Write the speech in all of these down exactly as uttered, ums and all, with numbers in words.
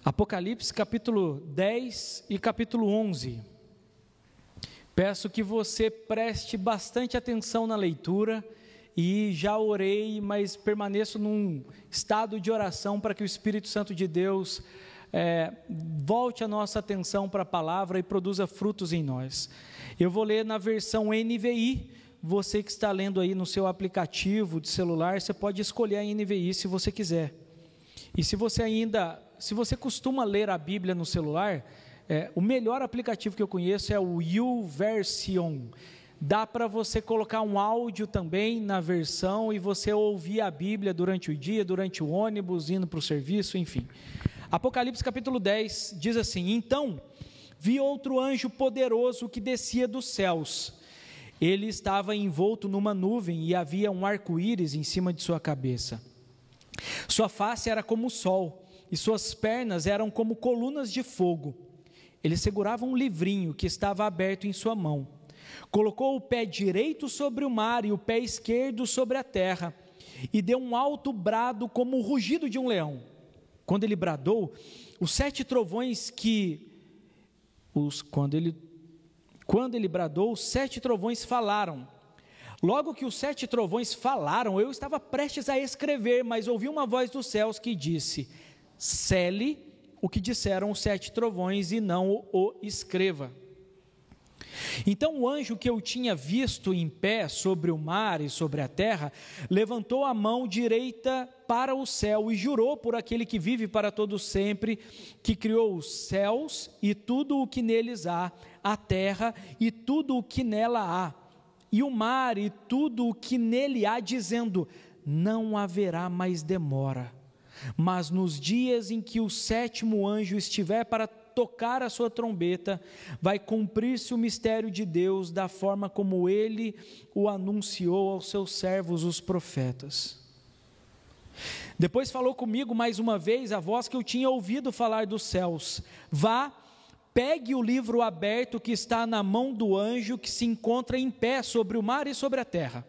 Apocalipse capítulo dez e capítulo onze. Peço que você preste bastante atenção na leitura e já orei, mas permaneço num estado de oração para que o Espírito Santo de Deus é, volte a nossa atenção para a palavra e produza frutos em nós. Eu vou ler na versão N V I, você que está lendo aí no seu aplicativo de celular, você pode escolher a N V I se você quiser. E se você ainda, se você costuma ler a Bíblia no celular, é, o melhor aplicativo que eu conheço é o YouVersion. Dá para você colocar um áudio também na versão e você ouvir a Bíblia durante o dia, durante o ônibus, indo para o serviço, enfim. Apocalipse capítulo dez diz assim: então vi outro anjo poderoso que descia dos céus. Ele estava envolto numa nuvem e havia um arco-íris em cima de sua cabeça. Sua face era como o sol e suas pernas eram como colunas de fogo. Ele segurava um livrinho que estava aberto em sua mão. Colocou o pé direito sobre o mar e o pé esquerdo sobre a terra, e deu um alto brado como o rugido de um leão. Quando ele bradou, os sete trovões que... Os, quando, ele, quando ele bradou, os sete trovões falaram. Logo que os sete trovões falaram, eu estava prestes a escrever, mas ouvi uma voz dos céus que disse: sele o que disseram os sete trovões e não o, o escreva. Então o anjo que eu tinha visto em pé sobre o mar e sobre a terra, levantou a mão direita para o céu e jurou por aquele que vive para todo sempre, que criou os céus e tudo o que neles há, a terra e tudo o que nela há, e o mar e tudo o que nele há, dizendo: não haverá mais demora, mas nos dias em que o sétimo anjo estiver para tocar a sua trombeta, vai cumprir-se o mistério de Deus da forma como ele o anunciou aos seus servos os profetas. Depois falou comigo mais uma vez a voz que eu tinha ouvido falar dos céus: vá, pegue o livro aberto que está na mão do anjo que se encontra em pé sobre o mar e sobre a terra.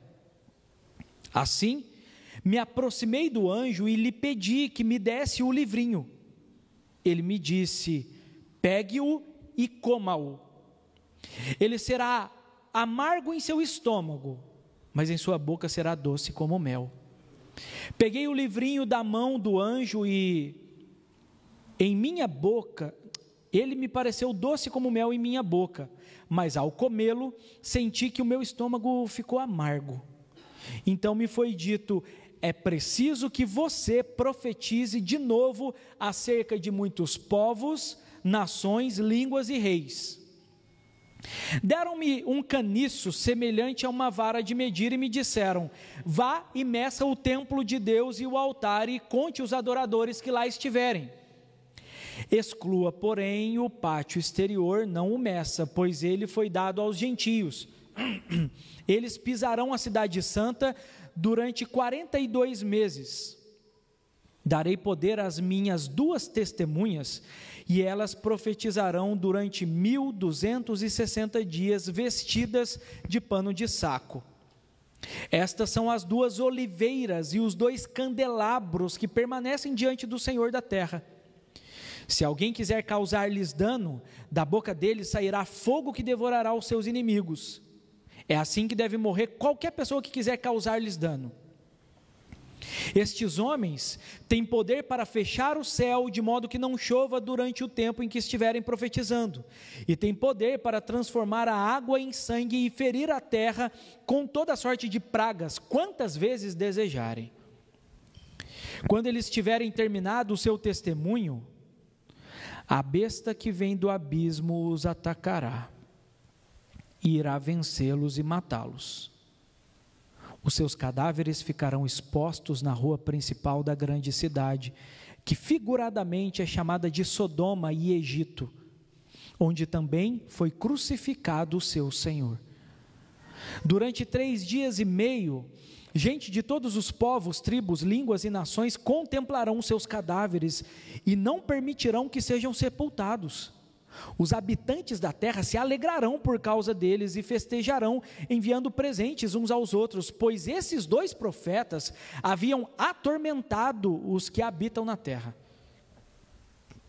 Assim, me aproximei do anjo e lhe pedi que me desse o livrinho. Ele me disse: pegue-o e coma-o. Ele será amargo em seu estômago, mas em sua boca será doce como mel. Peguei o livrinho da mão do anjo e em minha boca, ele me pareceu doce como mel em minha boca, mas ao comê-lo, senti que o meu estômago ficou amargo. Então me foi dito: é preciso que você profetize de novo acerca de muitos povos, nações, línguas e reis. Deram-me um caniço semelhante a uma vara de medir e me disseram: vá e meça o templo de Deus e o altar e conte os adoradores que lá estiverem. Exclua, porém, o pátio exterior, não o meça, pois ele foi dado aos gentios. Eles pisarão a cidade santa durante quarenta e dois meses. Darei poder às minhas duas testemunhas, e elas profetizarão durante mil duzentos e sessenta dias, vestidas de pano de saco. Estas são as duas oliveiras e os dois candelabros que permanecem diante do Senhor da terra. Se alguém quiser causar-lhes dano, da boca deles sairá fogo que devorará os seus inimigos. É assim que deve morrer qualquer pessoa que quiser causar-lhes dano. Estes homens têm poder para fechar o céu de modo que não chova durante o tempo em que estiverem profetizando, e têm poder para transformar a água em sangue e ferir a terra com toda sorte de pragas, quantas vezes desejarem. Quando eles tiverem terminado o seu testemunho, a besta que vem do abismo os atacará e irá vencê-los e matá-los. Os seus cadáveres ficarão expostos na rua principal da grande cidade, que figuradamente é chamada de Sodoma e Egito, onde também foi crucificado o seu Senhor. Durante três dias e meio, gente de todos os povos, tribos, línguas e nações contemplarão os seus cadáveres e não permitirão que sejam sepultados. Os habitantes da terra se alegrarão por causa deles e festejarão, enviando presentes uns aos outros, pois esses dois profetas haviam atormentado os que habitam na terra.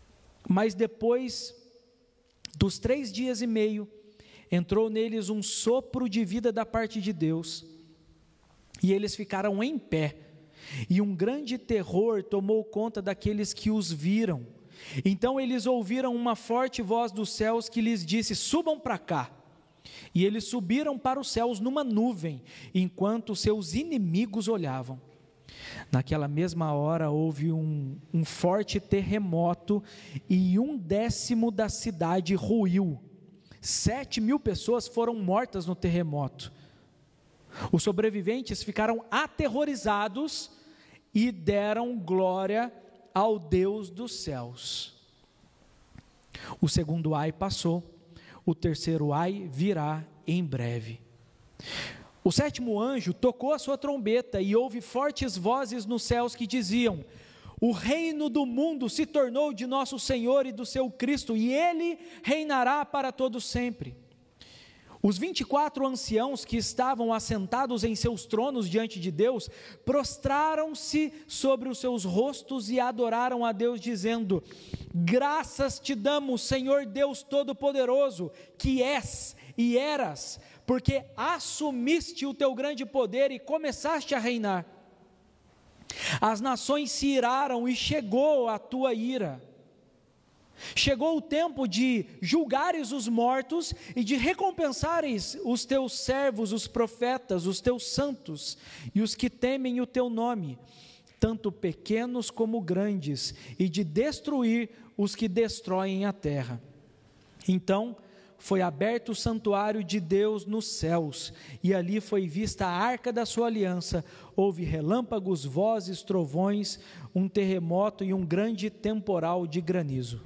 Mas depois dos três dias e meio, entrou neles um sopro de vida da parte de Deus, e eles ficaram em pé, e um grande terror tomou conta daqueles que os viram. Então eles ouviram uma forte voz dos céus que lhes disse: subam para cá. E eles subiram para os céus numa nuvem, enquanto seus inimigos olhavam. Naquela mesma hora houve um, um forte terremoto, e um décimo da cidade ruiu. Sete mil pessoas foram mortas no terremoto. Os sobreviventes ficaram aterrorizados e deram glória ao Deus dos céus. O segundo ai passou, o terceiro ai virá em breve. O sétimo anjo tocou a sua trombeta, e houve fortes vozes nos céus que diziam: o reino do mundo se tornou de nosso Senhor e do seu Cristo, e Ele reinará para todo sempre. Os vinte e quatro anciãos que estavam assentados em seus tronos diante de Deus, prostraram-se sobre os seus rostos e adoraram a Deus, dizendo: graças te damos, Senhor Deus Todo-Poderoso, que és e eras, porque assumiste o teu grande poder e começaste a reinar. As nações se iraram e chegou a tua ira. Chegou o tempo de julgares os mortos e de recompensares os teus servos, os profetas, os teus santos e os que temem o teu nome, tanto pequenos como grandes, e de destruir os que destroem a terra. Então foi aberto o santuário de Deus nos céus, e ali foi vista a arca da sua aliança. Houve relâmpagos, vozes, trovões, um terremoto e um grande temporal de granizo.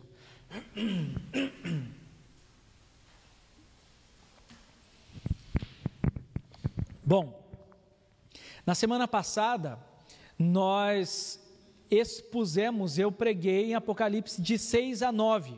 Bom, na semana passada nós expusemos, eu preguei em Apocalipse de seis a nove.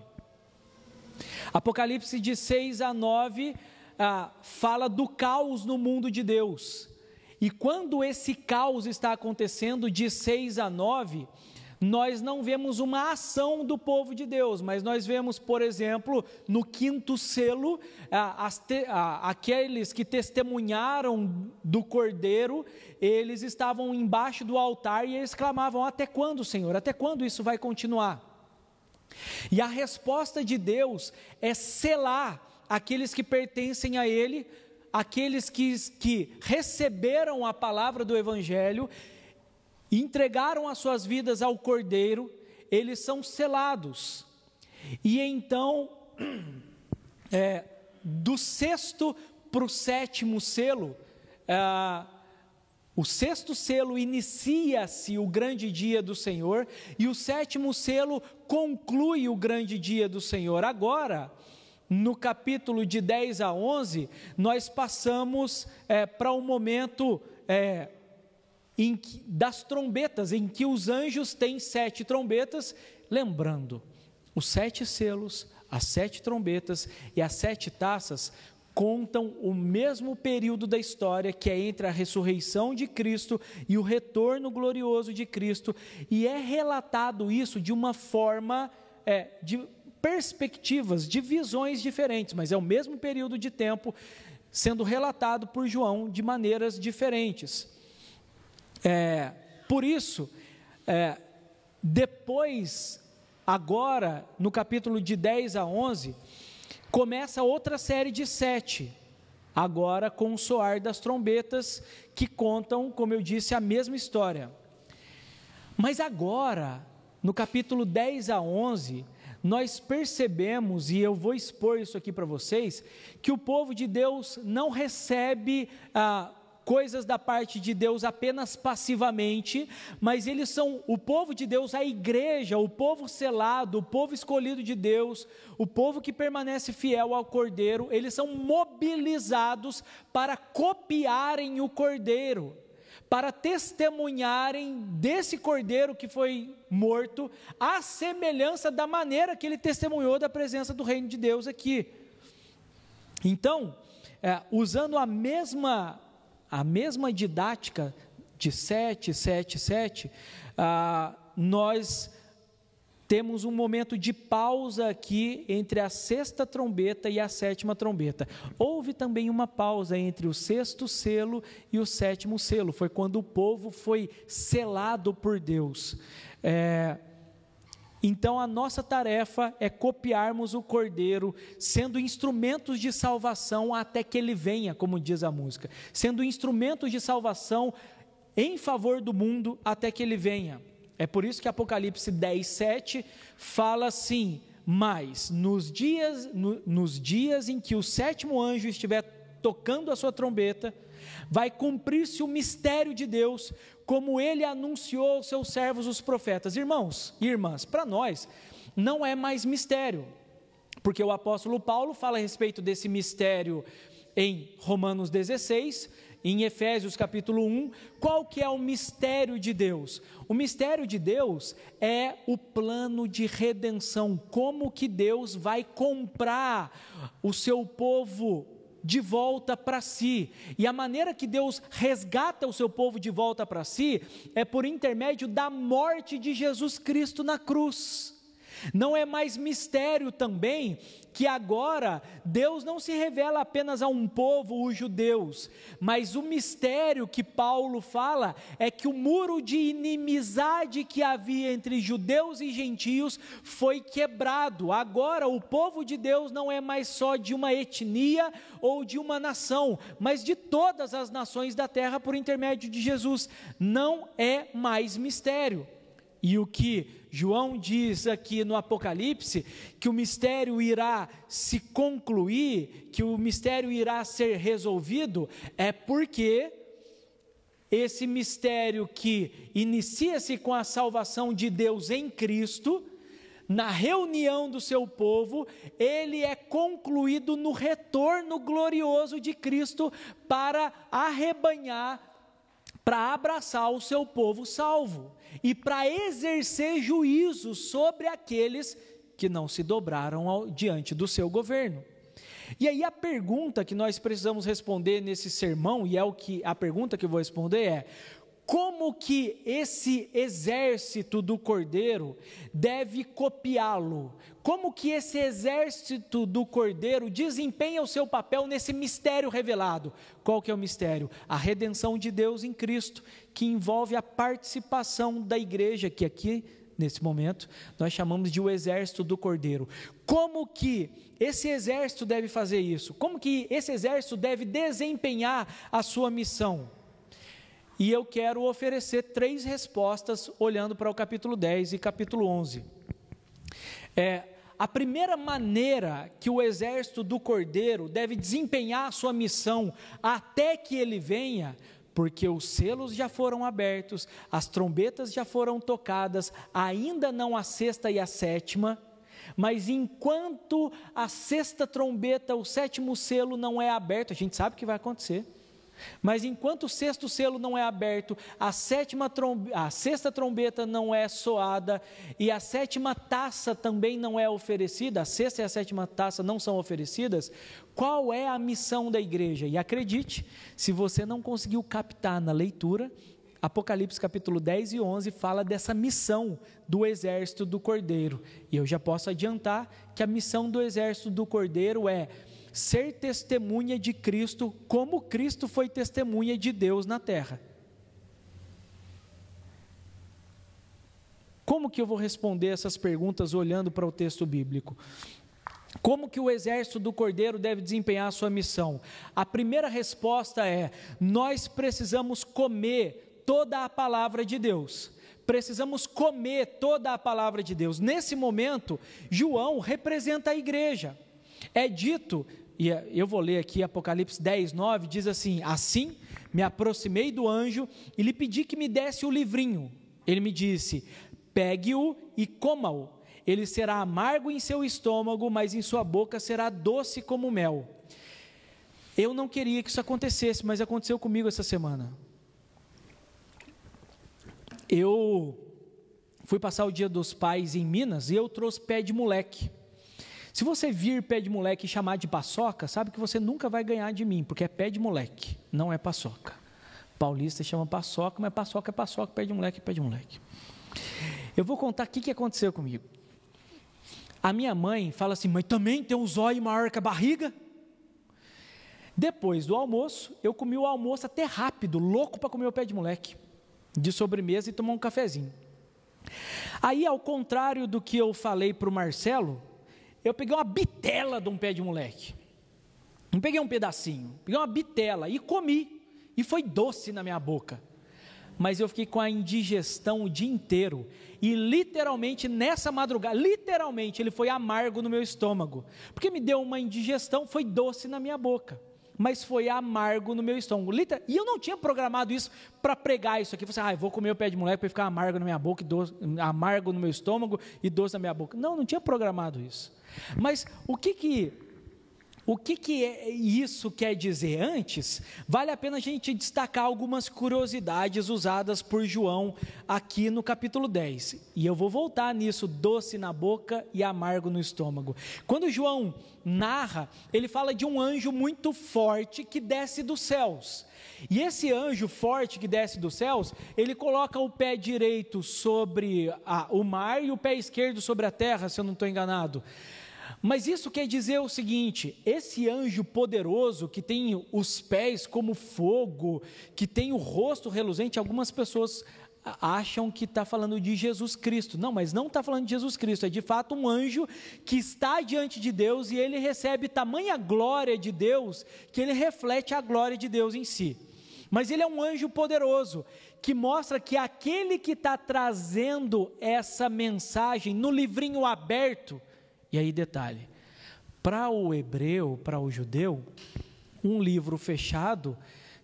Apocalipse de seis a nove ah, fala do caos no mundo de Deus. E quando esse caos está acontecendo, de seis a nove, nós não vemos uma ação do povo de Deus, mas nós vemos, por exemplo, no quinto selo, ah, as te, ah, aqueles que testemunharam do Cordeiro, eles estavam embaixo do altar e eles clamavam: até quando, Senhor? Até quando isso vai continuar? E a resposta de Deus é selar aqueles que pertencem a Ele, aqueles que, que receberam a palavra do Evangelho, entregaram as suas vidas ao Cordeiro, eles são selados. E então, é, do sexto para o sétimo selo, é, o sexto selo inicia-se o grande dia do Senhor, e o sétimo selo conclui o grande dia do Senhor. Agora, no capítulo de dez a onze, nós passamos é, para o momento é, em que, das trombetas, em que os anjos têm sete trombetas, lembrando, os sete selos, as sete trombetas e as sete taças contam o mesmo período da história, que é entre a ressurreição de Cristo e o retorno glorioso de Cristo, e é relatado isso de uma forma, é, de perspectivas, de visões diferentes, mas é o mesmo período de tempo sendo relatado por João de maneiras diferentes. É, por isso, é, depois, agora, no capítulo de dez a onze, começa outra série de sete, agora com o soar das trombetas, que contam, como eu disse, a mesma história. Mas agora, no capítulo dez a onze, nós percebemos, e eu vou expor isso aqui para vocês, que o povo de Deus não recebe ah, coisas da parte de Deus apenas passivamente, mas eles são o povo de Deus, a igreja, o povo selado, o povo escolhido de Deus, o povo que permanece fiel ao Cordeiro. Eles são mobilizados para copiarem o Cordeiro, para testemunharem desse Cordeiro que foi morto, à semelhança da maneira que ele testemunhou da presença do reino de Deus aqui. Então, é, usando a mesma a mesma didática de sete, sete, sete, ah, nós temos um momento de pausa aqui entre a sexta trombeta e a sétima trombeta. Houve também uma pausa entre o sexto selo e o sétimo selo, foi quando o povo foi selado por Deus. É, então a nossa tarefa é copiarmos o Cordeiro, sendo instrumentos de salvação até que ele venha, como diz a música, sendo instrumentos de salvação em favor do mundo até que ele venha. É por isso que Apocalipse dez, sete fala assim: mas nos dias, no, nos dias em que o sétimo anjo estiver tocando a sua trombeta, vai cumprir-se o mistério de Deus, como ele anunciou aos seus servos os profetas. Irmãos e irmãs, para nós não é mais mistério, porque o apóstolo Paulo fala a respeito desse mistério em Romanos dezesseis, em Efésios capítulo um. Qual que é o mistério de Deus? O mistério de Deus é o plano de redenção, como que Deus vai comprar o seu povo de volta para si, e a maneira que Deus resgata o seu povo de volta para si, é por intermédio da morte de Jesus Cristo na cruz. Não é mais mistério também que agora Deus não se revela apenas a um povo, os judeus, mas o mistério que Paulo fala é que o muro de inimizade que havia entre judeus e gentios foi quebrado. Agora o povo de Deus não é mais só de uma etnia ou de uma nação, mas de todas as nações da terra por intermédio de Jesus. Não é mais mistério. E o que João diz aqui no Apocalipse, que o mistério irá se concluir, que o mistério irá ser resolvido, é porque esse mistério que inicia-se com a salvação de Deus em Cristo, na reunião do seu povo, ele é concluído no retorno glorioso de Cristo para arrebanhar, para abraçar o seu povo salvo e para exercer juízo sobre aqueles que não se dobraram ao, diante do seu governo. E aí a pergunta que nós precisamos responder nesse sermão, e é o que a pergunta que eu vou responder é: como que esse exército do Cordeiro deve copiá-lo? Como que esse exército do Cordeiro desempenha o seu papel nesse mistério revelado? Qual que é o mistério? A redenção de Deus em Cristo, que envolve a participação da igreja, que aqui, nesse momento, nós chamamos de o exército do Cordeiro. Como que esse exército deve fazer isso? Como que esse exército deve desempenhar a sua missão? E eu quero oferecer três respostas olhando para o capítulo dez e capítulo onze. É, a primeira maneira que o exército do Cordeiro deve desempenhar a sua missão até que ele venha, porque os selos já foram abertos, as trombetas já foram tocadas, ainda não a sexta e a sétima, mas enquanto a sexta trombeta, o sétimo selo não é aberto, a gente sabe o que vai acontecer. Mas enquanto o sexto selo não é aberto, a, sétima trombe... a sexta trombeta não é soada e a sétima taça também não é oferecida, a sexta e a sétima taça não são oferecidas, qual é a missão da igreja? E acredite, se você não conseguiu captar na leitura, Apocalipse capítulo dez e onze fala dessa missão do exército do Cordeiro, e eu já posso adiantar que a missão do exército do Cordeiro é ser testemunha de Cristo, como Cristo foi testemunha de Deus na terra. Como que eu vou responder essas perguntas olhando para o texto bíblico? Como que o exército do Cordeiro deve desempenhar a sua missão? A primeira resposta é: nós precisamos comer toda a palavra de Deus. Precisamos comer toda a palavra de Deus. Nesse momento, João representa a igreja. É dito, e eu vou ler aqui Apocalipse dez, nove, diz assim: assim me aproximei do anjo e lhe pedi que me desse o livrinho. Ele me disse: pegue-o e coma-o. Ele será amargo em seu estômago, mas em sua boca será doce como mel. Eu não queria que isso acontecesse, mas aconteceu comigo essa semana. Eu fui passar o Dia dos Pais em Minas e eu trouxe pé de moleque. Se você vir pé de moleque e chamar de paçoca, sabe que você nunca vai ganhar de mim, porque é pé de moleque, não é paçoca. Paulista chama paçoca, mas paçoca é paçoca, pé de moleque é pé de moleque. Eu vou contar o que, que aconteceu comigo. A minha mãe fala assim, mas também tem um zóio maior que a barriga? Depois do almoço, eu comi o almoço até rápido, louco para comer o pé de moleque, de sobremesa e tomar um cafezinho. Aí, ao contrário do que eu falei para o Marcelo, eu peguei uma bitela de um pé de moleque. Não peguei um pedacinho, peguei uma bitela e comi, e foi doce na minha boca. Mas eu fiquei com a indigestão o dia inteiro, e literalmente nessa madrugada, literalmente ele foi amargo no meu estômago, porque me deu uma indigestão, foi doce na minha boca, mas foi amargo no meu estômago, literal, e eu não tinha programado isso para pregar isso aqui, você, ah, eu vou comer o pé de moleque para ficar amargo na minha boca, e doce, amargo no meu estômago e doce na minha boca, não, não tinha programado isso, mas o que que... O que, que é isso quer dizer? Antes, vale a pena a gente destacar algumas curiosidades usadas por João aqui no capítulo dez. E eu vou voltar nisso, doce na boca e amargo no estômago. Quando João narra, ele fala de um anjo muito forte que desce dos céus. E esse anjo forte que desce dos céus, ele coloca o pé direito sobre a, o mar e o pé esquerdo sobre a terra, se eu não estou enganado. Mas isso quer dizer o seguinte, esse anjo poderoso que tem os pés como fogo, que tem o rosto reluzente, algumas pessoas acham que está falando de Jesus Cristo. Não, mas não está falando de Jesus Cristo, é de fato um anjo que está diante de Deus e ele recebe tamanha glória de Deus, que ele reflete a glória de Deus em si. Mas ele é um anjo poderoso, que mostra que aquele que está trazendo essa mensagem no livrinho aberto. E aí detalhe, para o hebreu, para o judeu, um livro fechado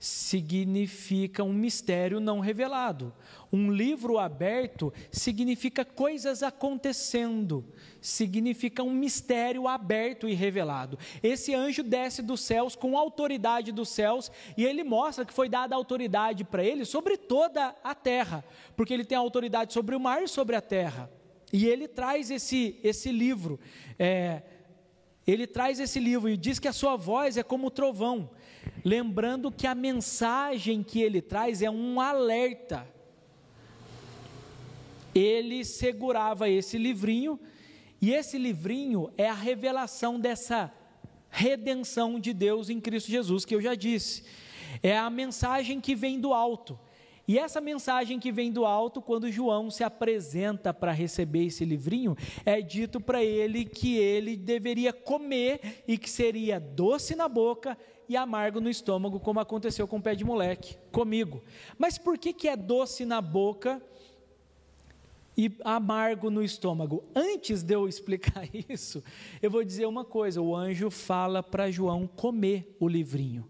significa um mistério não revelado. Um livro aberto significa coisas acontecendo, significa um mistério aberto e revelado. Esse anjo desce dos céus com a autoridade dos céus e ele mostra que foi dada autoridade para ele sobre toda a terra, porque ele tem autoridade sobre o mar e sobre a terra. E ele traz esse, esse livro, é, ele traz esse livro e diz que a sua voz é como trovão, lembrando que a mensagem que ele traz é um alerta. Ele segurava esse livrinho, e esse livrinho é a revelação dessa redenção de Deus em Cristo Jesus, que eu já disse, é a mensagem que vem do alto. E essa mensagem que vem do alto, quando João se apresenta para receber esse livrinho, é dito para ele que ele deveria comer e que seria doce na boca e amargo no estômago, como aconteceu com o pé de moleque, comigo. Mas por que que é doce na boca e amargo no estômago? Antes de eu explicar isso, eu vou dizer uma coisa, o anjo fala para João comer o livrinho.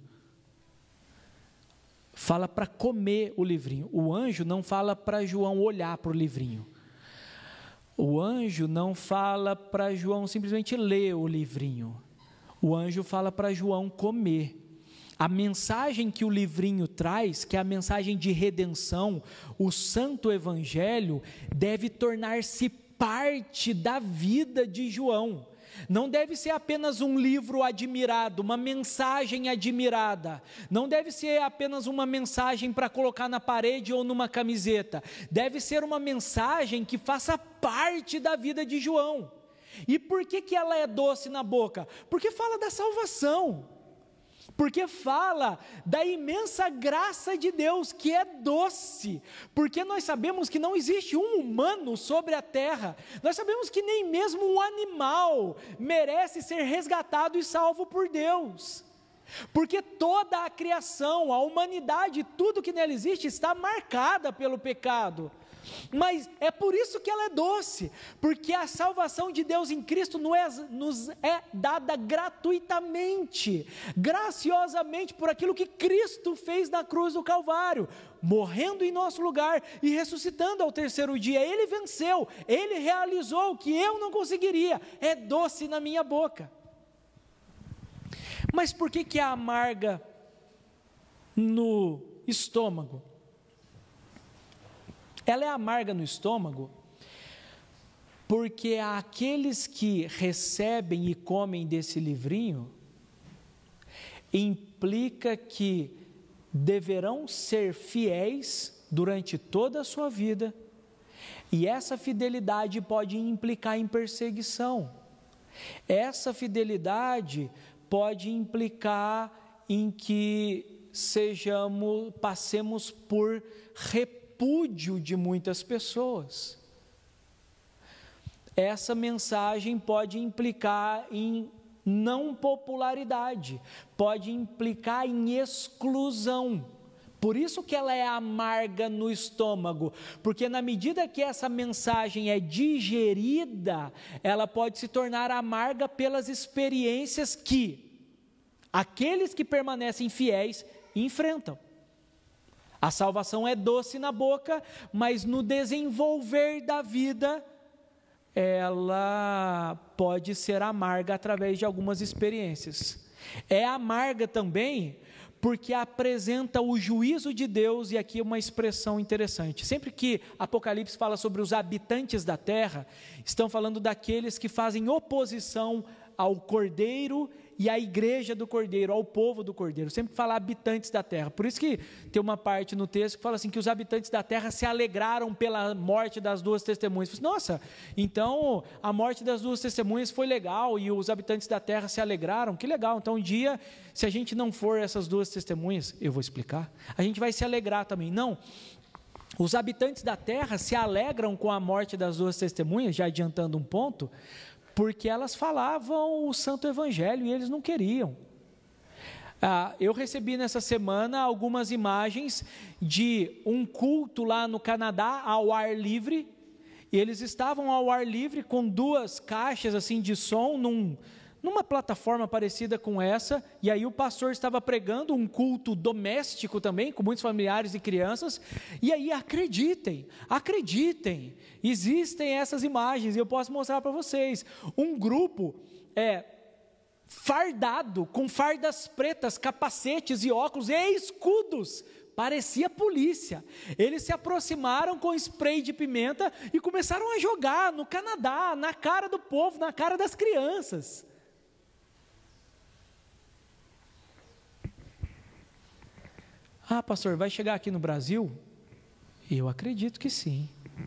Fala para comer o livrinho. O anjo não fala para João olhar para o livrinho. O anjo não fala para João simplesmente ler o livrinho. O anjo fala para João comer. A mensagem que o livrinho traz, que é a mensagem de redenção, o santo evangelho, deve tornar-se parte da vida de João. Não deve ser apenas um livro admirado, uma mensagem admirada. Não deve ser apenas uma mensagem para colocar na parede ou numa camiseta. Deve ser uma mensagem que faça parte da vida de João. E por que que ela é doce na boca? Porque fala da salvação. Porque fala da imensa graça de Deus, que é doce, porque nós sabemos que não existe um humano sobre a terra, nós sabemos que nem mesmo um animal merece ser resgatado e salvo por Deus, porque toda a criação, a humanidade, tudo que nela existe está marcada pelo pecado. Mas é por isso que ela é doce, porque a salvação de Deus em Cristo nos é dada gratuitamente, graciosamente, por aquilo que Cristo fez na cruz do Calvário, morrendo em nosso lugar e ressuscitando ao terceiro dia. Ele venceu, Ele realizou o que eu não conseguiria, é doce na minha boca. Mas por que que é amarga no estômago? Ela é amarga no estômago porque aqueles que recebem e comem desse livrinho implica que deverão ser fiéis durante toda a sua vida E essa fidelidade pode implicar em perseguição. Essa fidelidade pode implicar em que sejamos, passemos por repúdio de muitas pessoas. Essa mensagem pode implicar em não popularidade, pode implicar em exclusão. Por isso que ela é amarga no estômago, porque na medida que essa mensagem é digerida, ela pode se tornar amarga pelas experiências que aqueles que permanecem fiéis enfrentam. A salvação é doce na boca, mas no desenvolver da vida, ela pode ser amarga através de algumas experiências. É amarga também porque apresenta o juízo de Deus, e aqui uma expressão interessante. Sempre que Apocalipse fala sobre os habitantes da terra, estão falando daqueles que fazem oposição ao Cordeiro e à igreja do Cordeiro, ao povo do Cordeiro. Sempre fala habitantes da terra. Por isso que tem uma parte no texto que fala assim, que os habitantes da terra se alegraram pela morte das duas testemunhas. Nossa, então a morte das duas testemunhas foi legal e os habitantes da terra se alegraram, que legal. Então um dia, se a gente não for essas duas testemunhas, eu vou explicar, a gente vai se alegrar também. Não, os habitantes da terra se alegram com a morte das duas testemunhas, já adiantando um ponto, porque elas falavam o santo evangelho e eles não queriam. Ah, eu recebi nessa semana algumas imagens de um culto lá no Canadá ao ar livre, e eles estavam ao ar livre com duas caixas assim de som num, numa plataforma parecida com essa, e aí o pastor estava pregando um culto doméstico também, com muitos familiares e crianças, e aí acreditem, acreditem, existem essas imagens, e eu posso mostrar para vocês, um grupo é, fardado, com fardas pretas, capacetes e óculos e escudos, parecia polícia. Eles se aproximaram com spray de pimenta e começaram a jogar no Canadá, na cara do povo, na cara das crianças. Ah, pastor, vai chegar aqui no Brasil? Eu acredito que sim.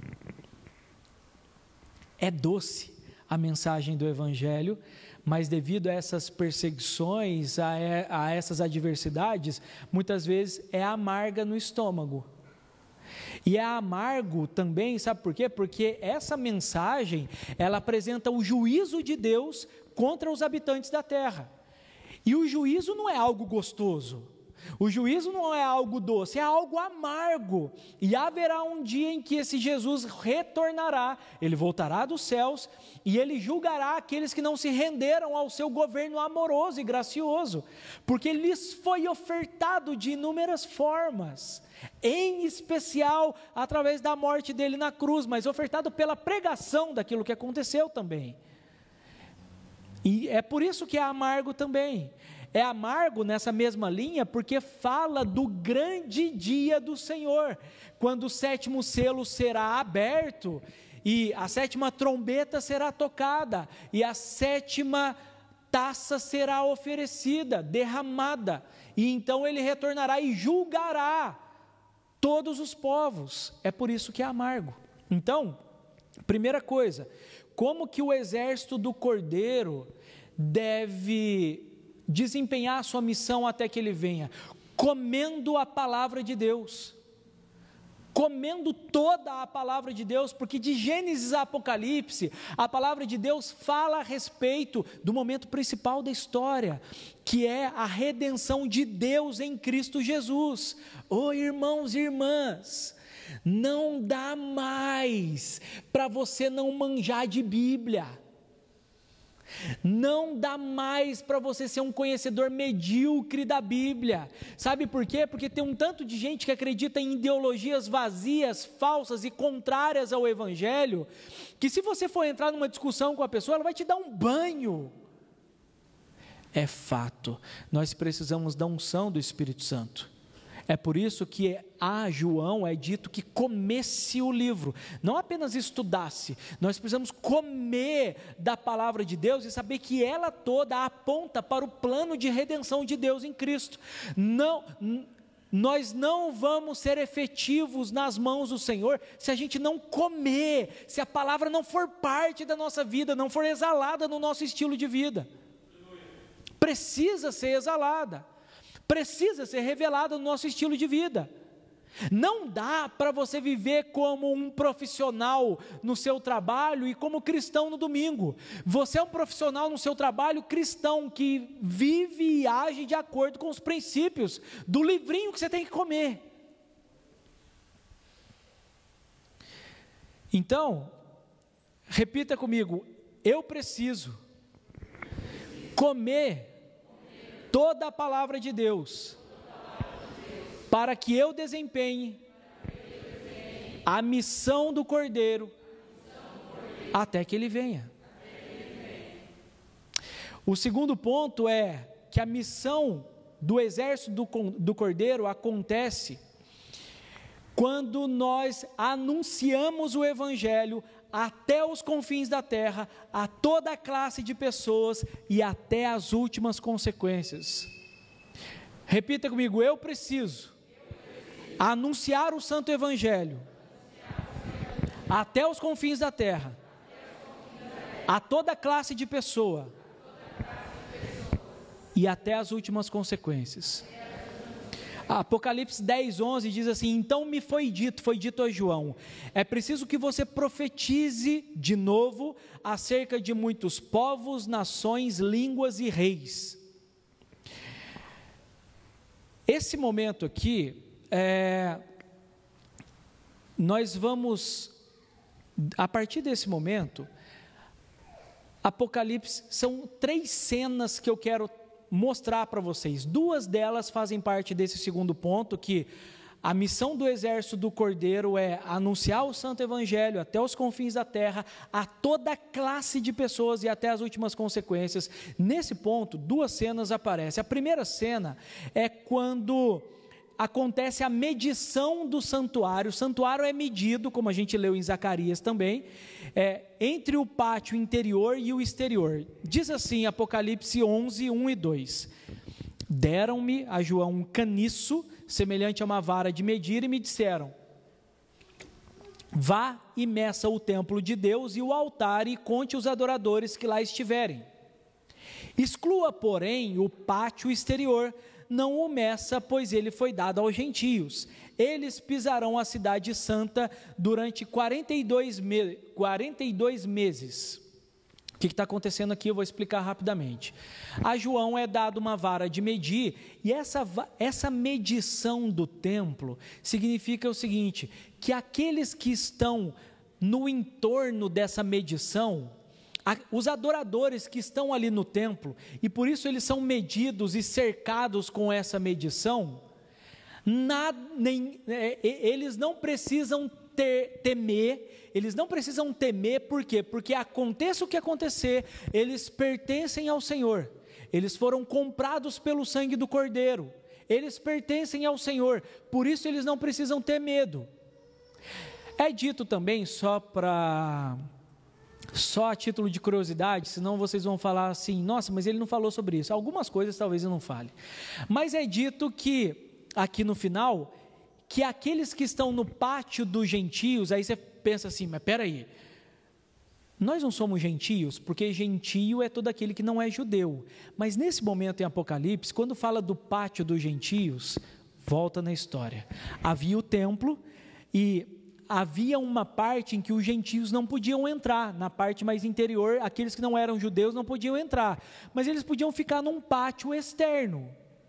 É doce a mensagem do Evangelho, mas devido a essas perseguições, a, a essas adversidades, muitas vezes é amarga no estômago. E é amargo também, sabe por quê? Porque essa mensagem, ela apresenta o juízo de Deus contra os habitantes da terra. E o juízo não é algo gostoso. O juízo não é algo doce, é algo amargo, e haverá um dia em que esse Jesus retornará, ele voltará dos céus, e ele julgará aqueles que não se renderam ao seu governo amoroso e gracioso, porque lhes foi ofertado de inúmeras formas, em especial através da morte dele na cruz, mas ofertado pela pregação daquilo que aconteceu também, e é por isso que é amargo também. É amargo nessa mesma linha, porque fala do grande dia do Senhor, quando o sétimo selo será aberto, e a sétima trombeta será tocada, e a sétima taça será oferecida, derramada, e então ele retornará e julgará todos os povos. É por isso que é amargo. Então, primeira coisa, como que o exército do Cordeiro deve desempenhar a sua missão até que ele venha? Comendo a palavra de Deus, comendo toda a palavra de Deus, porque de Gênesis a Apocalipse, a palavra de Deus fala a respeito do momento principal da história, que é a redenção de Deus em Cristo Jesus. Oh, irmãos e irmãs, não dá mais para você não manjar de Bíblia. Não dá mais para você ser um conhecedor medíocre da Bíblia. Sabe por quê? Porque tem um tanto de gente que acredita em ideologias vazias, falsas e contrárias ao Evangelho, que se você for entrar numa discussão com a pessoa, ela vai te dar um banho. É fato, nós precisamos da unção do Espírito Santo. É por isso que a João é dito que comesse o livro, não apenas estudasse. Nós precisamos comer da palavra de Deus e saber que ela toda aponta para o plano de redenção de Deus em Cristo. Não, nós não vamos ser efetivos nas mãos do Senhor se a gente não comer, se a palavra não for parte da nossa vida, não for exalada no nosso estilo de vida. Precisa ser exalada, precisa ser revelada no nosso estilo de vida. Não dá para você viver como um profissional no seu trabalho e como cristão no domingo. Você é um profissional no seu trabalho cristão que vive e age de acordo com os princípios do livrinho que você tem que comer. Então, repita comigo: eu preciso comer toda a palavra de Deus, para que eu desempenhe a missão do Cordeiro até que Ele venha. O segundo ponto é que a missão do exército do, do Cordeiro acontece quando nós anunciamos o Evangelho até os confins da terra, a toda a classe de pessoas e até as últimas consequências. Repita comigo: eu preciso anunciar o Santo Evangelho até os confins da terra, a toda classe de pessoa e até as últimas consequências. Apocalipse dez, onze diz assim: então me foi dito, foi dito a João, é preciso que você profetize de novo acerca de muitos povos, nações, línguas e reis. Esse momento aqui, É, nós vamos, a partir desse momento, Apocalipse, são três cenas que eu quero mostrar para vocês. Duas delas fazem parte desse segundo ponto, que a missão do exército do Cordeiro é anunciar o Santo Evangelho até os confins da terra, a toda classe de pessoas e até as últimas consequências. Nesse ponto, duas cenas aparecem. A primeira cena é quando acontece a medição do santuário. O santuário é medido, como a gente leu em Zacarias também, é, entre o pátio interior e o exterior. Diz assim, Apocalipse onze, um e dois: deram-me a João um caniço, semelhante a uma vara de medir, e me disseram: vá e meça o templo de Deus e o altar, e conte os adoradores que lá estiverem. Exclua, porém, o pátio exterior, não o meça, pois ele foi dado aos gentios. Eles pisarão a cidade santa durante quarenta e dois, me- quarenta e dois meses. O que está acontecendo aqui? Eu vou explicar rapidamente. A João é dado uma vara de medir, e essa, essa medição do templo significa o seguinte: que aqueles que estão no entorno dessa medição, os adoradores que estão ali no templo, e por isso eles são medidos e cercados com essa medição, nada, nem, é, eles não precisam ter, temer, eles não precisam temer, por quê? Porque aconteça o que acontecer, eles pertencem ao Senhor, eles foram comprados pelo sangue do Cordeiro, eles pertencem ao Senhor, por isso eles não precisam ter medo. É dito também, só para... Só a título de curiosidade, senão vocês vão falar assim: nossa, mas ele não falou sobre isso. Algumas coisas talvez eu não fale. Mas é dito que, aqui no final, que aqueles que estão no pátio dos gentios, aí você pensa assim, mas peraí, nós não somos gentios, porque gentio é todo aquele que não é judeu. Mas nesse momento em Apocalipse, quando fala do pátio dos gentios, volta na história. Havia o templo e havia uma parte em que os gentios não podiam entrar, na parte mais interior, aqueles que não eram judeus não podiam entrar, mas eles podiam ficar num pátio externo.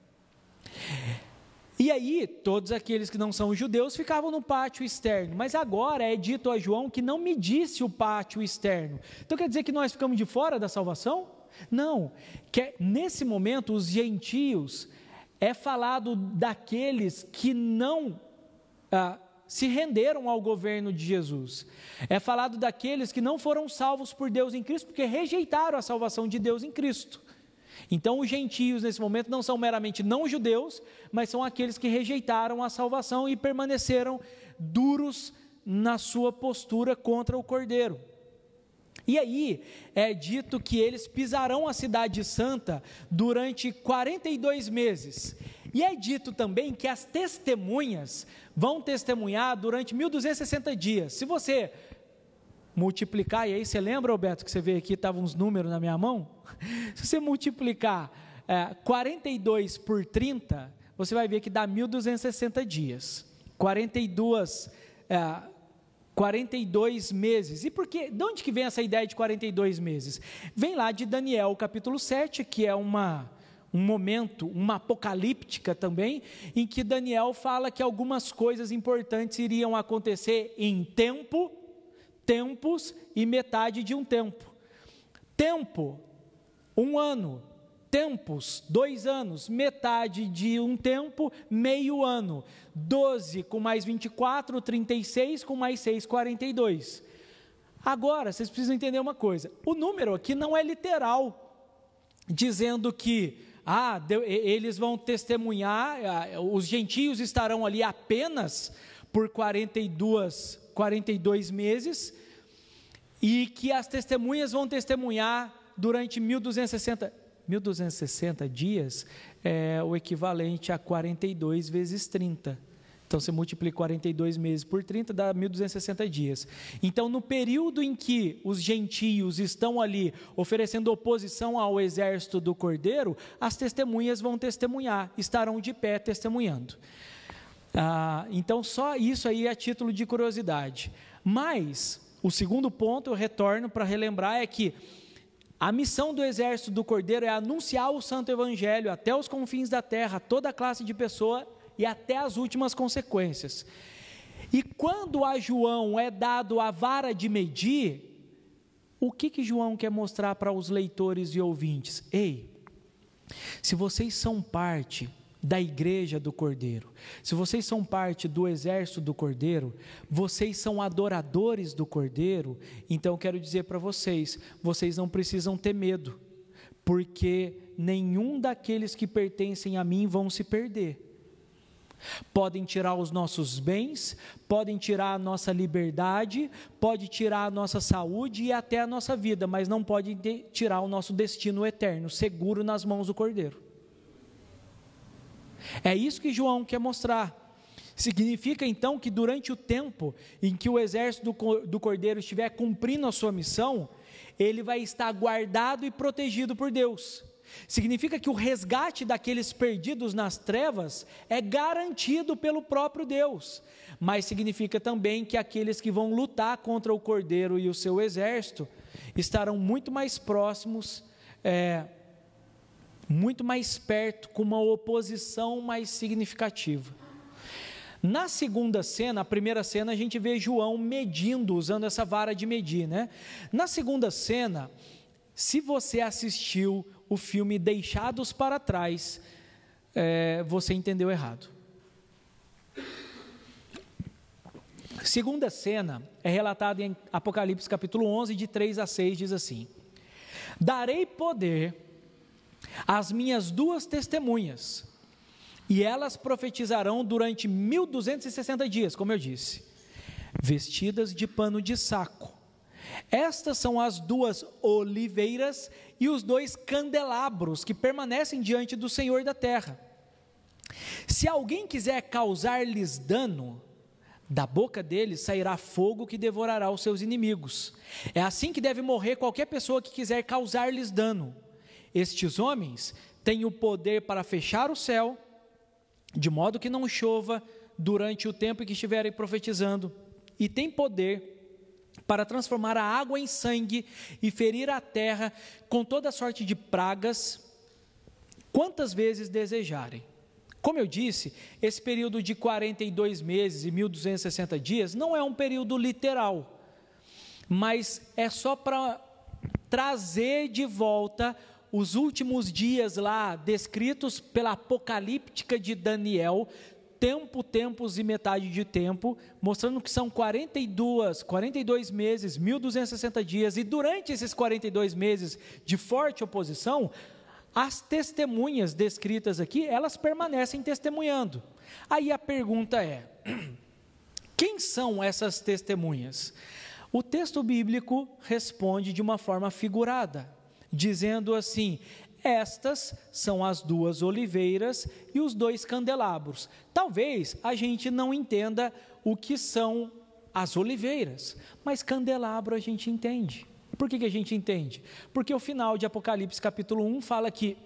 E aí, todos aqueles que não são judeus ficavam no pátio externo, mas agora é dito a João que não medisse o pátio externo. Então quer dizer que nós ficamos de fora da salvação? Não, que nesse momento os gentios, é falado daqueles que não... Ah, se renderam ao governo de Jesus. É falado daqueles que não foram salvos por Deus em Cristo, porque rejeitaram a salvação de Deus em Cristo. Então os gentios nesse momento não são meramente não judeus, mas são aqueles que rejeitaram a salvação e permaneceram duros na sua postura contra o Cordeiro. E aí é dito que eles pisarão a cidade santa durante quarenta e dois meses. E é dito também que as testemunhas vão testemunhar durante mil duzentos e sessenta dias. Se você multiplicar, e aí você lembra, Roberto, que você veio aqui, estavam uns números na minha mão? Se você multiplicar é, quarenta e dois por trinta, você vai ver que dá mil duzentos e sessenta dias. quarenta e dois, é, quarenta e dois meses. E por que, de onde que vem essa ideia de quarenta e dois meses? Vem lá de Daniel, capítulo sete, que é uma, um momento, uma apocalíptica também, em que Daniel fala que algumas coisas importantes iriam acontecer em tempo, tempos e metade de um tempo. Tempo, um ano. Tempos, dois anos. Metade de um tempo, meio ano. doze com mais vinte e quatro, trinta e seis, com mais seis, quarenta e dois. Agora, vocês precisam entender uma coisa. O número aqui não é literal, dizendo que ah, eles vão testemunhar, os gentios estarão ali apenas por quarenta e dois, quarenta e dois meses, e que as testemunhas vão testemunhar durante mil duzentos e sessenta, mil duzentos e sessenta dias, é o equivalente a quarenta e dois vezes trinta. Então, você multiplica quarenta e dois meses por trinta, dá mil duzentos e sessenta dias. Então, no período em que os gentios estão ali oferecendo oposição ao exército do Cordeiro, as testemunhas vão testemunhar, estarão de pé testemunhando. Ah, então, só isso aí é a título de curiosidade. Mas, o segundo ponto, eu retorno para relembrar, é que a missão do exército do Cordeiro é anunciar o santo evangelho até os confins da terra, toda classe de pessoa e até as últimas consequências. E quando a João é dado a vara de medir, o que que João quer mostrar para os leitores e ouvintes? Ei, se vocês são parte da igreja do Cordeiro, se vocês são parte do exército do Cordeiro, vocês são adoradores do Cordeiro, então eu quero dizer para vocês, vocês não precisam ter medo, porque nenhum daqueles que pertencem a mim vão se perder. Podem tirar os nossos bens, podem tirar a nossa liberdade, pode tirar a nossa saúde e até a nossa vida, mas não podem tirar o nosso destino eterno, seguro nas mãos do Cordeiro. É isso que João quer mostrar. Significa então que durante o tempo em que o exército do Cordeiro estiver cumprindo a sua missão, ele vai estar guardado e protegido por Deus. Significa que o resgate daqueles perdidos nas trevas é garantido pelo próprio Deus, mas significa também que aqueles que vão lutar contra o Cordeiro e o seu exército estarão muito mais próximos, é, muito mais perto, com uma oposição mais significativa. Na segunda cena, a primeira cena a gente vê João medindo, usando essa vara de medir, né? Na segunda cena, se você assistiu o filme Deixados para Trás, é, você entendeu errado. Segunda cena é relatada em Apocalipse capítulo onze, de três a seis, diz assim: darei poder às minhas duas testemunhas, e elas profetizarão durante mil duzentos e sessenta dias, como eu disse, vestidas de pano de saco. Estas são as duas oliveiras e os dois candelabros que permanecem diante do Senhor da terra. Se alguém quiser causar-lhes dano, da boca deles sairá fogo que devorará os seus inimigos. É assim que deve morrer qualquer pessoa que quiser causar-lhes dano. Estes homens têm o poder para fechar o céu, de modo que não chova durante o tempo em que estiverem profetizando, e têm poder para transformar a água em sangue e ferir a terra com toda sorte de pragas, quantas vezes desejarem. Como eu disse, esse período de quarenta e dois meses e mil duzentos e sessenta dias não é um período literal, mas é só para trazer de volta os últimos dias lá descritos pela apocalíptica de Daniel, tempo, tempos e metade de tempo, mostrando que são quarenta e dois, quarenta e dois meses, mil duzentos e sessenta dias, e durante esses quarenta e dois meses de forte oposição, as testemunhas descritas aqui, elas permanecem testemunhando. Aí a pergunta é, quem são essas testemunhas? O texto bíblico responde de uma forma figurada, dizendo assim: Estas são as duas oliveiras e os dois candelabros. Talvez a gente não entenda o que são as oliveiras, mas candelabro a gente entende. Por que que a gente entende? Porque o final de Apocalipse capítulo um fala que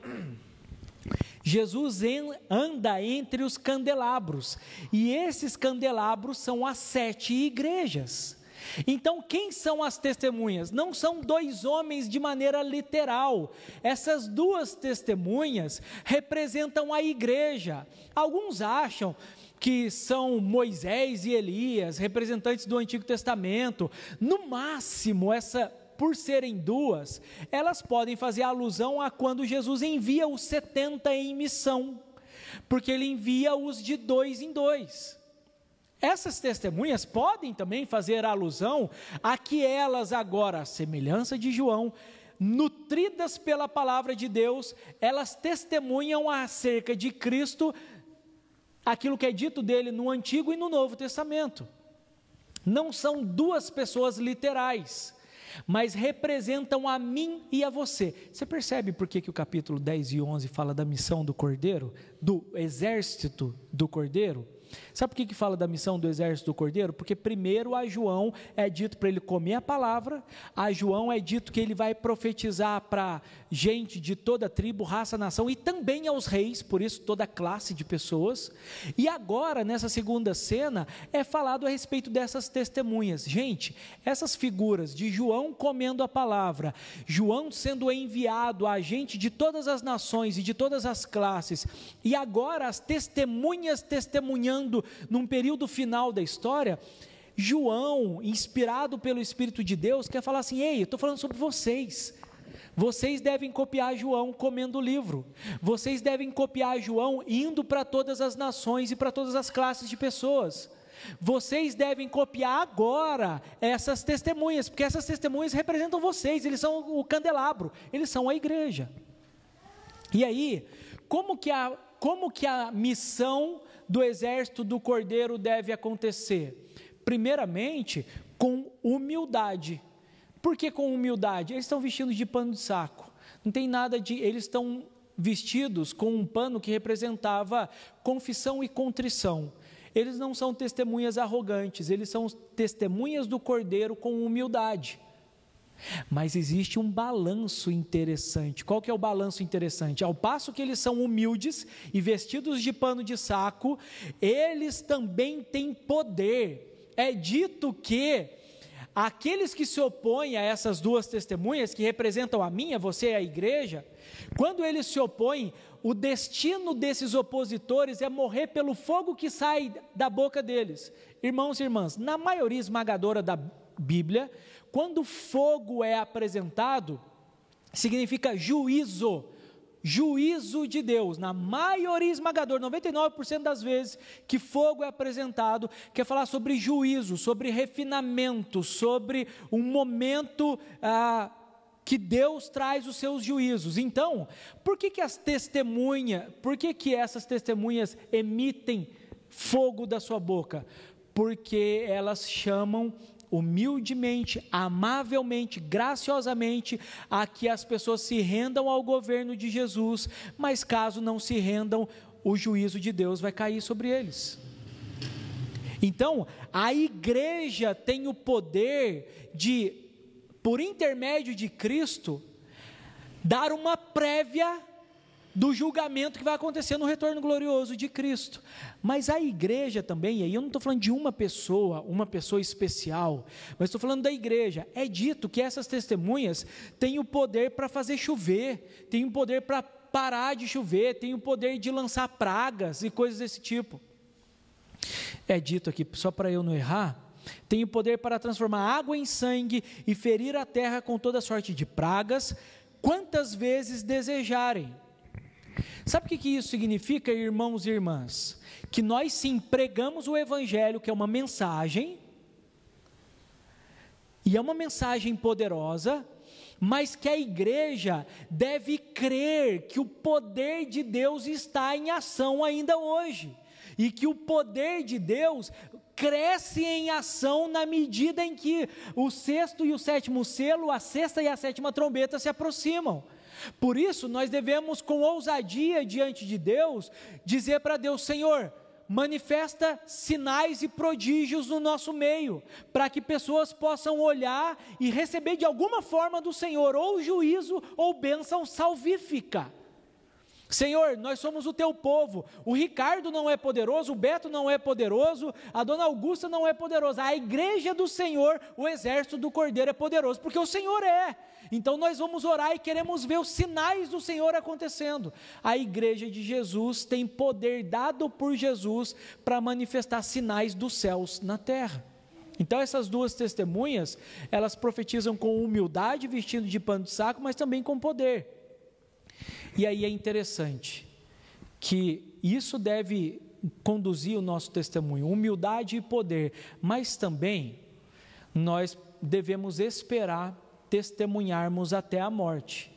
Jesus anda entre os candelabros, e esses candelabros são as sete igrejas. Então, quem são as testemunhas? Não são dois homens de maneira literal. Essas duas testemunhas representam a igreja. Alguns acham que são Moisés e Elias, representantes do Antigo Testamento. No máximo, essa, por serem duas, elas podem fazer alusão a quando Jesus envia os setenta em missão, porque ele envia-os de dois em dois. Essas testemunhas podem também fazer alusão a que elas agora, à semelhança de João, nutridas pela palavra de Deus, elas testemunham acerca de Cristo, aquilo que é dito dele no Antigo e no Novo Testamento. Não são duas pessoas literais, mas representam a mim e a você. Você percebe por que que o capítulo dez e onze fala da missão do Cordeiro, do exército do Cordeiro? Sabe por que que fala da missão do exército do Cordeiro? Porque primeiro a João é dito para ele comer a palavra, a João é dito que ele vai profetizar para gente de toda tribo, raça, nação e também aos reis, por isso toda classe de pessoas. E agora, nessa segunda cena, é falado a respeito dessas testemunhas. Gente, essas figuras de João comendo a palavra, João sendo enviado a gente de todas as nações e de todas as classes, e agora as testemunhas testemunhando num período final da história, João, inspirado pelo Espírito de Deus, quer falar assim: ei, eu estou falando sobre vocês, vocês devem copiar João comendo o livro, vocês devem copiar João indo para todas as nações e para todas as classes de pessoas, vocês devem copiar agora essas testemunhas, porque essas testemunhas representam vocês, eles são o candelabro, eles são a igreja. E aí, como que a, como que a missão do exército do Cordeiro deve acontecer? Primeiramente, com humildade. Por que com humildade? Eles estão vestidos de pano de saco, não tem nada de, eles estão vestidos com um pano que representava confissão e contrição. Eles não são testemunhas arrogantes, eles são testemunhas do Cordeiro com humildade. Mas existe um balanço interessante. Qual que é o balanço interessante? Ao passo que eles são humildes e vestidos de pano de saco, eles também têm poder. É dito que aqueles que se opõem a essas duas testemunhas, que representam a mim, a você e a igreja, quando eles se opõem, o destino desses opositores é morrer pelo fogo que sai da boca deles. Irmãos e irmãs, na maioria esmagadora da Bíblia, quando fogo é apresentado, significa juízo, juízo de Deus. Na maioria esmagadora, noventa e nove por cento das vezes que fogo é apresentado, quer falar sobre juízo, sobre refinamento, sobre um momento ah, que Deus traz os seus juízos. Então, por que que as testemunhas, por que que essas testemunhas emitem fogo da sua boca? Porque elas chamam humildemente, amavelmente, graciosamente, a que as pessoas se rendam ao governo de Jesus, mas caso não se rendam, o juízo de Deus vai cair sobre eles. Então, a igreja tem o poder de, por intermédio de Cristo, dar uma prévia do julgamento que vai acontecer no retorno glorioso de Cristo. Mas a igreja também, e aí eu não estou falando de uma pessoa, uma pessoa especial, mas estou falando da igreja. É dito que essas testemunhas têm o poder para fazer chover, têm o poder para parar de chover, têm o poder de lançar pragas e coisas desse tipo. É dito aqui, só para eu não errar, tem o poder para transformar água em sangue e ferir a terra com toda sorte de pragas, quantas vezes desejarem. Sabe o que que isso significa, irmãos e irmãs? Que nós sim pregamos o Evangelho, que é uma mensagem, e é uma mensagem poderosa, mas que a igreja deve crer que o poder de Deus está em ação ainda hoje, e que o poder de Deus cresce em ação na medida em que o sexto e o sétimo selo, a sexta e a sétima trombeta se aproximam. Por isso, nós devemos, com ousadia diante de Deus, dizer para Deus: Senhor, manifesta sinais e prodígios no nosso meio, para que pessoas possam olhar e receber de alguma forma do Senhor, ou juízo, ou bênção salvífica. Senhor, nós somos o teu povo. O Ricardo não é poderoso, o Beto não é poderoso, a dona Augusta não é poderosa. A igreja do Senhor, o exército do Cordeiro é poderoso, porque o Senhor é. Então nós vamos orar e queremos ver os sinais do Senhor acontecendo. A igreja de Jesus tem poder dado por Jesus para manifestar sinais dos céus na terra. Então essas duas testemunhas, elas profetizam com humildade, vestindo de pano de saco, mas também com poder. E aí é interessante que isso deve conduzir o nosso testemunho, humildade e poder, mas também nós devemos esperar testemunharmos até a morte,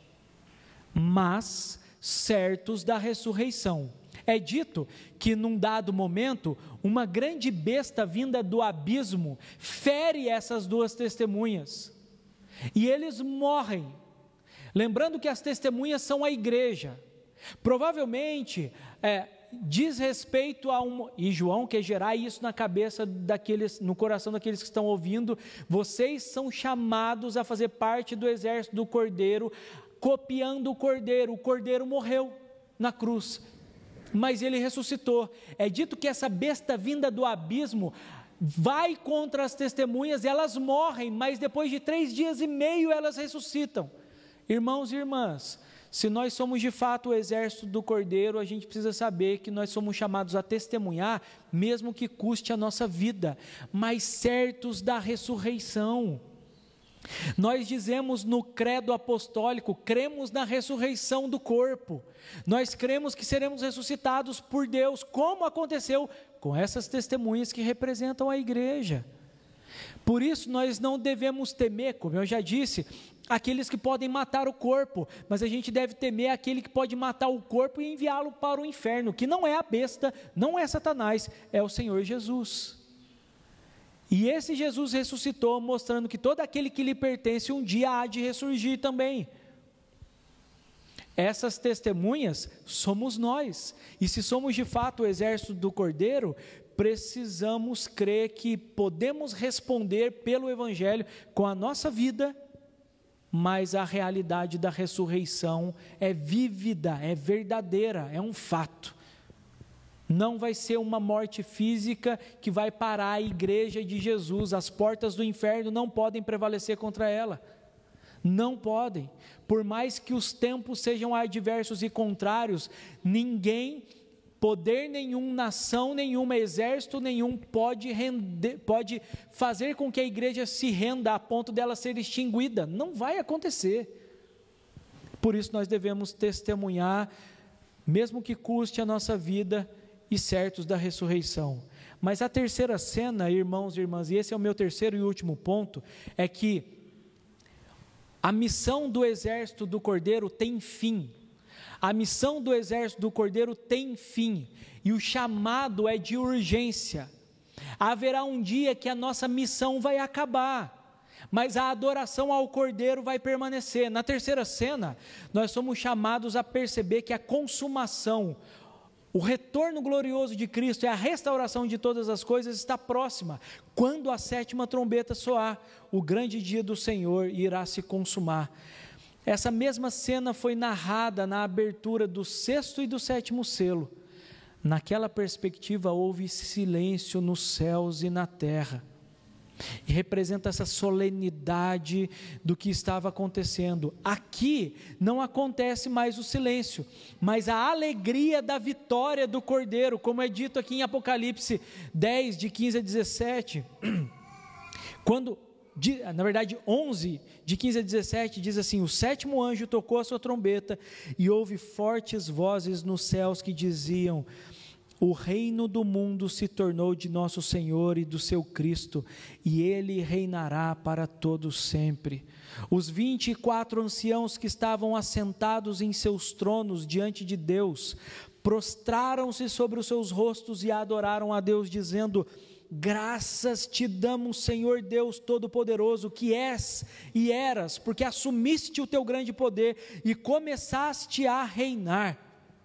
mas certos da ressurreição. É dito que num dado momento, uma grande besta vinda do abismo fere essas duas testemunhas, e eles morrem. Lembrando que as testemunhas são a igreja, provavelmente é, diz respeito a um, e João quer gerar isso na cabeça daqueles, no coração daqueles que estão ouvindo: vocês são chamados a fazer parte do exército do Cordeiro, copiando o Cordeiro. O Cordeiro morreu na cruz, mas ele ressuscitou. É dito que essa besta vinda do abismo vai contra as testemunhas, elas morrem, mas depois de três dias e meio elas ressuscitam. Irmãos e irmãs, se nós somos de fato o exército do Cordeiro, a gente precisa saber que nós somos chamados a testemunhar, mesmo que custe a nossa vida, mas certos da ressurreição. Nós dizemos no credo apostólico, cremos na ressurreição do corpo, nós cremos que seremos ressuscitados por Deus, como aconteceu com essas testemunhas que representam a igreja. Por isso nós não devemos temer, como eu já disse, aqueles que podem matar o corpo, mas a gente deve temer aquele que pode matar o corpo e enviá-lo para o inferno, que não é a besta, não é Satanás, é o Senhor Jesus. E esse Jesus ressuscitou, mostrando que todo aquele que lhe pertence um dia há de ressurgir também. Essas testemunhas somos nós, e se somos de fato o exército do Cordeiro, precisamos crer que podemos responder pelo Evangelho com a nossa vida, mas a realidade da ressurreição é vívida, é verdadeira, é um fato. Não vai ser uma morte física que vai parar a igreja de Jesus, as portas do inferno não podem prevalecer contra ela, não podem. Por mais que os tempos sejam adversos e contrários, ninguém, poder nenhum, nação nenhuma, exército nenhum pode, render, pode fazer com que a igreja se renda a ponto dela ser extinguida. Não vai acontecer. Por isso nós devemos testemunhar, mesmo que custe a nossa vida, e certos da ressurreição. Mas a terceira cena, irmãos e irmãs, e esse é o meu terceiro e último ponto, é que a missão do exército do Cordeiro tem fim. A missão do exército do Cordeiro tem fim, e o chamado é de urgência. Haverá um dia que a nossa missão vai acabar, mas a adoração ao Cordeiro vai permanecer. Na terceira cena, nós somos chamados a perceber que a consumação, o retorno glorioso de Cristo e a restauração de todas as coisas está próxima. Quando a sétima trombeta soar, o grande dia do Senhor irá se consumar. Essa mesma cena foi narrada na abertura do sexto e do sétimo selo. Naquela perspectiva houve silêncio nos céus e na terra. E representa essa solenidade do que estava acontecendo. Aqui não acontece mais o silêncio, mas a alegria da vitória do Cordeiro, como é dito aqui em Apocalipse dez, de quinze a dezessete. Quando, na verdade onze, de quinze a dezessete, diz assim: o sétimo anjo tocou a sua trombeta e houve fortes vozes nos céus que diziam: o reino do mundo se tornou de nosso Senhor e do seu Cristo, e ele reinará para todo sempre. Os vinte e quatro anciãos que estavam assentados em seus tronos diante de Deus, prostraram-se sobre os seus rostos e adoraram a Deus, dizendo: graças te damos, Senhor Deus Todo-Poderoso, que és e eras, porque assumiste o teu grande poder e começaste a reinar.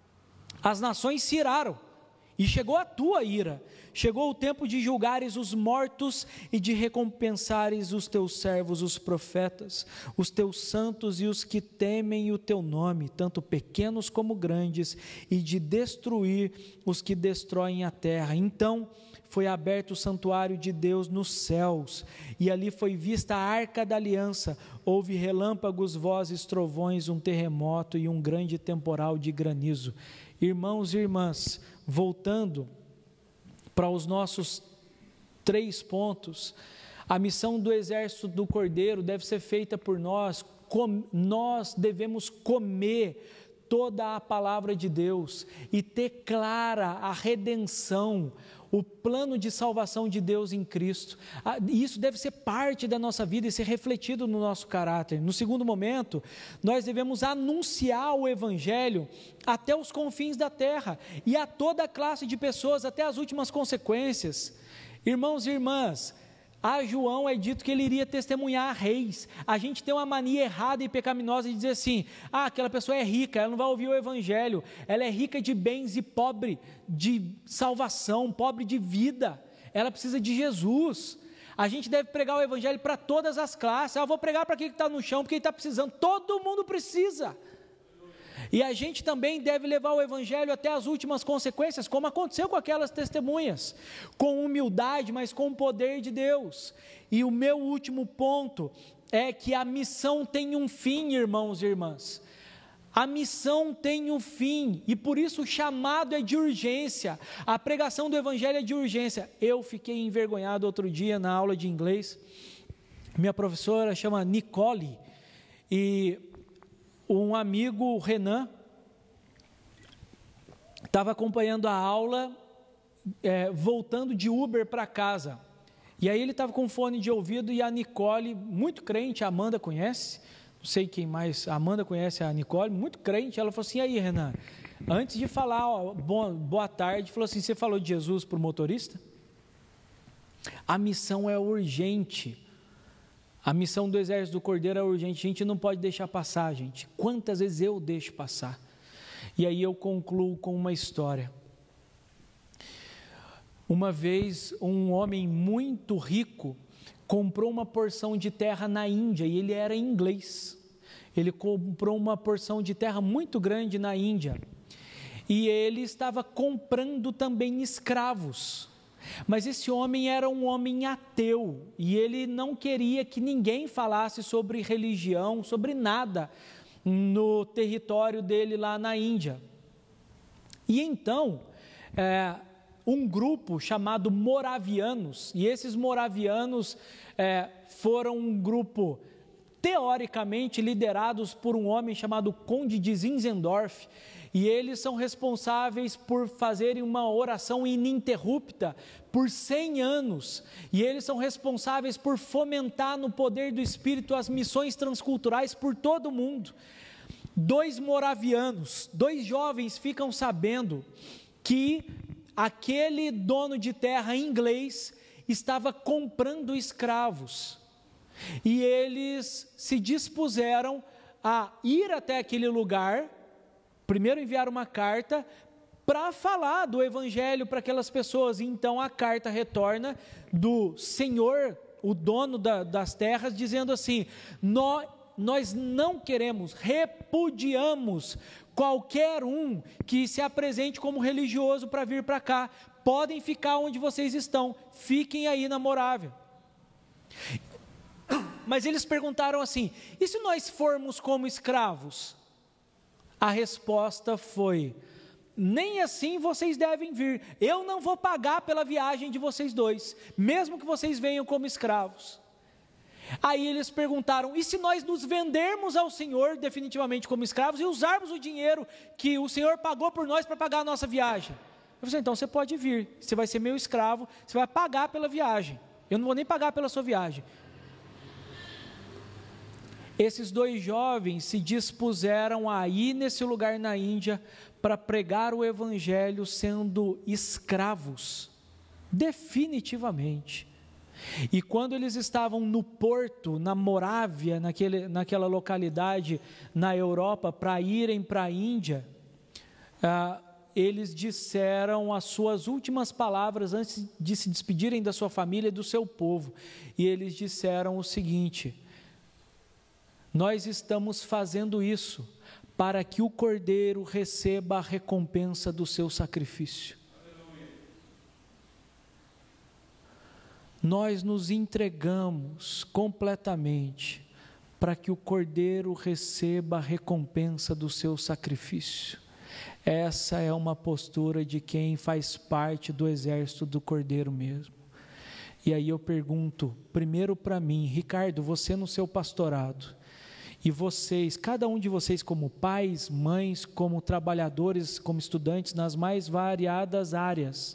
As nações se iraram, e chegou a tua ira, chegou o tempo de julgares os mortos e de recompensares os teus servos, os profetas, os teus santos e os que temem o teu nome, tanto pequenos como grandes, e de destruir os que destroem a terra. Então foi aberto o santuário de Deus nos céus, e ali foi vista a arca da aliança, houve relâmpagos, vozes, trovões, um terremoto e um grande temporal de granizo. Irmãos e irmãs, voltando para os nossos três pontos, a missão do exército do Cordeiro deve ser feita por nós, com, nós devemos comer toda a palavra de Deus e ter clara a redenção, o plano de salvação de Deus em Cristo. Isso deve ser parte da nossa vida e ser refletido no nosso caráter. No segundo momento, nós devemos anunciar o Evangelho até os confins da terra e a toda classe de pessoas, até as últimas consequências. Irmãos e irmãs, a João é dito que ele iria testemunhar a reis. A gente tem uma mania errada e pecaminosa de dizer assim: ah, aquela pessoa é rica, ela não vai ouvir o Evangelho, ela é rica de bens e pobre de salvação, pobre de vida, ela precisa de Jesus. A gente deve pregar o Evangelho para todas as classes. Eu vou pregar para quem está no chão, porque ele está precisando, todo mundo precisa. E a gente também deve levar o Evangelho até as últimas consequências, como aconteceu com aquelas testemunhas, com humildade, mas com o poder de Deus. E o meu último ponto é que a missão tem um fim, irmãos e irmãs. A missão tem um fim, e por isso o chamado é de urgência, a pregação do Evangelho é de urgência. Eu fiquei envergonhado outro dia na aula de inglês, minha professora chama Nicole, e um amigo, o Renan, estava acompanhando a aula, é, voltando de Uber para casa, e aí ele estava com fone de ouvido, e a Nicole, muito crente, a Amanda conhece, não sei quem mais, a Amanda conhece a Nicole, muito crente, ela falou assim: e aí, Renan, antes de falar, ó, boa, boa tarde, falou assim: você falou de Jesus para o motorista? A missão é urgente. A missão do Exército do Cordeiro é urgente, a gente não pode deixar passar, gente. Quantas vezes eu deixo passar? E aí eu concluo com uma história. Uma vez, um homem muito rico comprou uma porção de terra na Índia, e ele era inglês. Ele comprou uma porção de terra muito grande na Índia, e ele estava comprando também escravos. Mas esse homem era um homem ateu, e ele não queria que ninguém falasse sobre religião, sobre nada, no território dele lá na Índia. E então, é, um grupo chamado Moravianos, e esses Moravianos é, foram um grupo teoricamente liderados por um homem chamado Conde de Zinzendorf, e eles são responsáveis por fazerem uma oração ininterrupta por cem anos, e eles são responsáveis por fomentar no poder do Espírito as missões transculturais por todo o mundo. Dois moravianos, dois jovens ficam sabendo que aquele dono de terra inglês estava comprando escravos, e eles se dispuseram a ir até aquele lugar. Primeiro enviaram uma carta para falar do Evangelho para aquelas pessoas, e então a carta retorna do Senhor, o dono da, das terras, dizendo assim: nós, nós não queremos, repudiamos qualquer um que se apresente como religioso para vir para cá, podem ficar onde vocês estão, fiquem aí na Morávia. Mas eles perguntaram assim: e se nós formos como escravos? A resposta foi: nem assim vocês devem vir, eu não vou pagar pela viagem de vocês dois, mesmo que vocês venham como escravos. Aí eles perguntaram: e se nós nos vendermos ao Senhor definitivamente como escravos e usarmos o dinheiro que o Senhor pagou por nós para pagar a nossa viagem? Eu falei: então você pode vir, você vai ser meu escravo, você vai pagar pela viagem, eu não vou nem pagar pela sua viagem. Esses dois jovens se dispuseram a ir nesse lugar na Índia para pregar o Evangelho sendo escravos. definitivamente. E quando eles estavam no porto, na Morávia, naquele, naquela localidade na Europa, para irem para a Índia, ah, eles disseram as suas últimas palavras antes de se despedirem da sua família e do seu povo. E eles disseram o seguinte: nós estamos fazendo isso para que o Cordeiro receba a recompensa do seu sacrifício. Nós nos entregamos completamente para que o Cordeiro receba a recompensa do seu sacrifício. Essa é uma postura de quem faz parte do exército do Cordeiro mesmo. E aí eu pergunto, primeiro para mim, Ricardo, você no seu pastorado, e vocês, cada um de vocês como pais, mães, como trabalhadores, como estudantes, nas mais variadas áreas,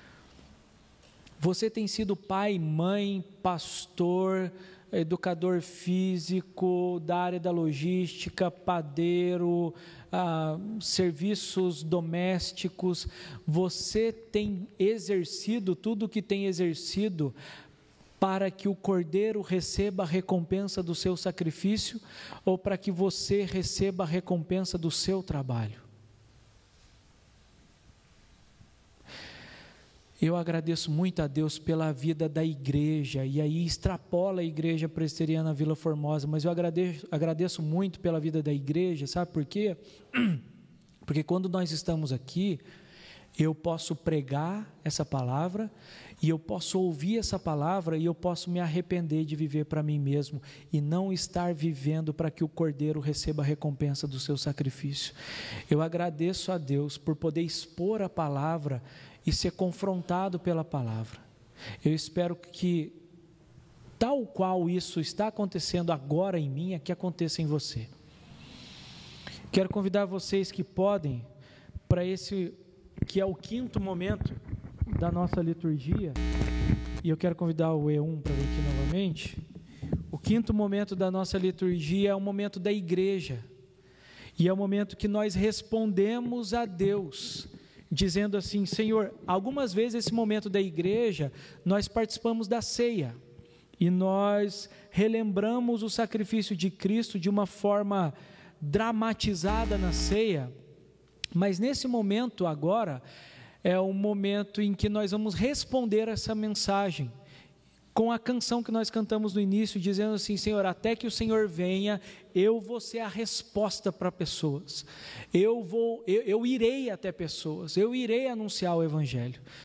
você tem sido pai, mãe, pastor, educador físico, da área da logística, padeiro, ah, serviços domésticos, você tem exercido tudo o que tem exercido para que o Cordeiro receba a recompensa do seu sacrifício ou para que você receba a recompensa do seu trabalho? Eu agradeço muito a Deus pela vida da igreja, e aí extrapola a igreja presbiteriana Vila Formosa, mas eu agradeço, agradeço muito pela vida da igreja, sabe por quê? Porque quando nós estamos aqui, eu posso pregar essa palavra, e eu posso ouvir essa palavra, e eu posso me arrepender de viver para mim mesmo, e não estar vivendo para que o Cordeiro receba a recompensa do seu sacrifício. Eu agradeço a Deus por poder expor a palavra, e ser confrontado pela palavra. Eu espero que, tal qual isso está acontecendo agora em mim, é que aconteça em você. Quero convidar vocês que podem, para esse, que é o quinto momento da nossa liturgia, e eu quero convidar o E um para vir aqui novamente. O quinto momento da nossa liturgia é o momento da igreja, e é o momento que nós respondemos a Deus, dizendo assim: Senhor, algumas vezes esse momento da igreja, nós participamos da ceia, e nós relembramos o sacrifício de Cristo de uma forma dramatizada na ceia, mas nesse momento agora, é o momento em que nós vamos responder essa mensagem, com a canção que nós cantamos no início, dizendo assim: Senhor, até que o Senhor venha, eu vou ser a resposta para pessoas, eu, vou, eu, eu irei até pessoas, eu irei anunciar o Evangelho.